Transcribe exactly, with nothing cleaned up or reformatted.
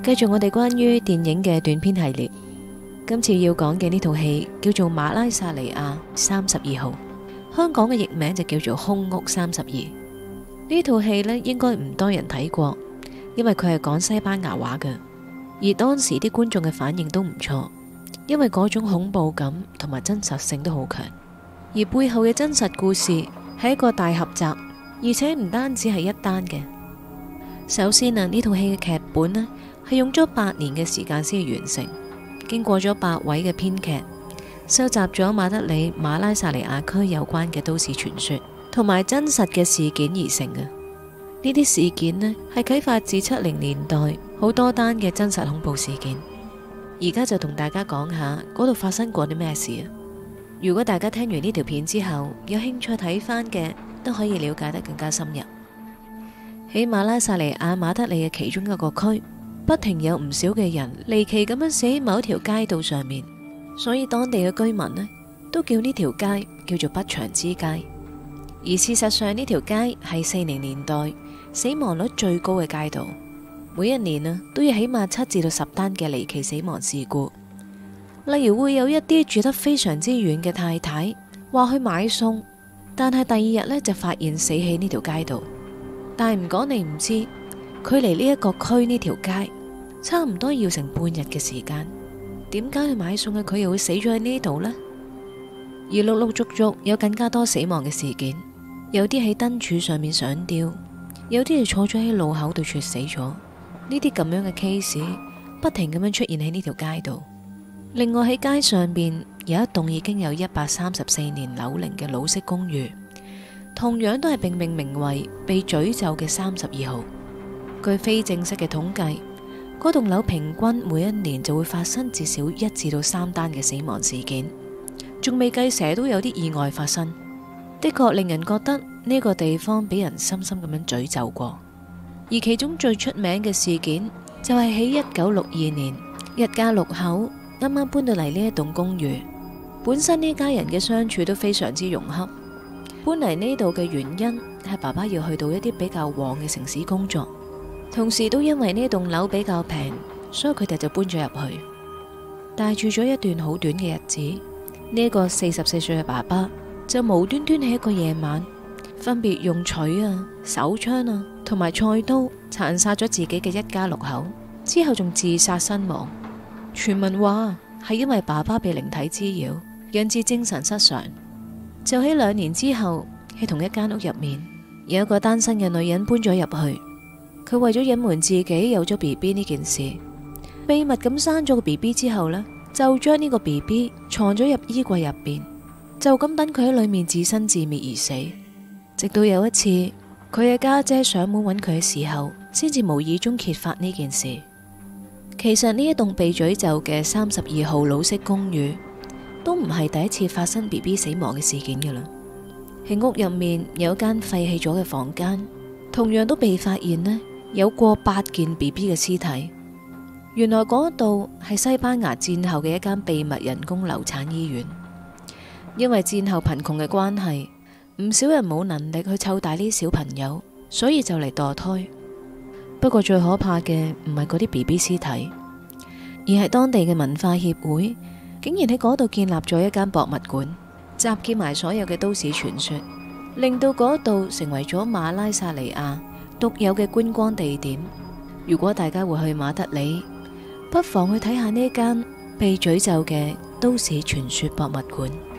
繼續我哋關於電影嘅短篇系列，今次要講嘅呢套戲叫做《馬拉薩尼亞三十二號》，香港嘅譯名就叫做《空屋三十二》。呢套戲呢應該唔多人睇過，因為佢係講西班牙話嘅，而當時啲觀眾嘅反應都唔錯，因為嗰種恐怖感同埋真實性都好強，而背後嘅真實故事係一個大合集，而且唔單止係一單嘅。首先啊，呢套戲嘅劇本呢係用咗八年嘅時間先至完成，經過咗八位嘅編劇，收集咗馬德里馬拉薩尼亞區有關嘅都市傳說同埋真實嘅事件而成嘅。呢啲事件呢係啟發自七零年代好多單嘅真實恐怖事件。而家就同大家講下嗰度發生過啲咩事啊！如果大家聽完呢條片之後有興趣睇返嘅，都可以了解得更加深入。喺馬拉薩尼亞馬德里嘅其中一個區，不停有唔少嘅人離奇咁樣死喺某一條街道上面，所以當地嘅居民呢都叫呢條街叫做不祥之街。而事實上呢條街係四零年代死亡率最高嘅街道，每一年啊都要起碼七至到十單嘅離奇死亡事故。例如會有一啲住得非常之遠嘅太太話去買餸，但係第二日呢就發現死喺呢條街道。但係唔講你唔知，距離呢一個區呢條街差唔多要成半日嘅時間，點解去買餸嘅佢又會死咗喺呢度呢？而陸陸續續有更加多死亡嘅事件，有啲喺燈柱上面上吊，有啲係坐咗喺路口度猝死咗。呢啲咁樣嘅 case 不停咁樣出現喺呢條街度。另外喺街上邊有一棟已經有一百三十四年樓齡嘅老式公寓，同樣都係並命名為被詛咒嘅三十二號。據非正式嘅統計，嗰棟樓平均每一年就會發生至少一至到三單嘅死亡事件，仲未計成日都有啲意外發生。的確令人覺得呢個地方俾人深深咁樣詛咒過。而其中最出名嘅事件就係喺一九六二年，一家六口啱啱搬到嚟呢一棟公寓，本身呢家人嘅相處都非常之融洽。搬嚟呢度嘅原因係爸爸要去到一啲比較旺嘅城市工作，同時都因為呢棟樓比較平，所以佢哋就搬咗入去。但係住咗一段好短嘅日子，呢個四十四歲嘅爸爸就無端端喺一個夜晚，分別用錘啊、手槍啊同埋菜刀殘殺咗自己嘅一家六口，之後仲自殺身亡。傳聞話係因為爸爸被靈體滋擾，引致精神失常。就喺兩年之後，喺同一間屋入面，有一個單身嘅女人搬咗入去。佢為咗隱瞞自己有咗 B B 呢件事，秘密咁生咗個 B B 之後呢，就將呢個 B B 藏咗入衣櫃入邊，就咁等佢喺裏面自生自滅而死。直到有一次，佢嘅家姐上門揾佢嘅時候，先至無意中揭發呢件事。其實呢一棟被詛咒嘅三十二號老式公寓，都唔係第一次發生 B B 死亡嘅事件㗎啦。喺屋入面有間廢棄咗嘅房間，同樣都被發現呢有過八件 B B 嘅屍體。原來嗰度係西班牙戰後嘅一間秘密人工流產醫院，因為戰後貧窮嘅關係，唔少人冇能力去湊大呢啲小朋友，所以就嚟墮胎。不過最可怕嘅唔係嗰啲 B B 屍體，而係當地嘅文化協會竟然喺嗰度建立咗一間博物館，集結埋所有嘅都市傳說，令到嗰度成為咗馬拉薩尼亞獨有嘅觀光地點。如果大家會去馬德里，不妨去睇下呢間被詛咒嘅都市傳說博物館。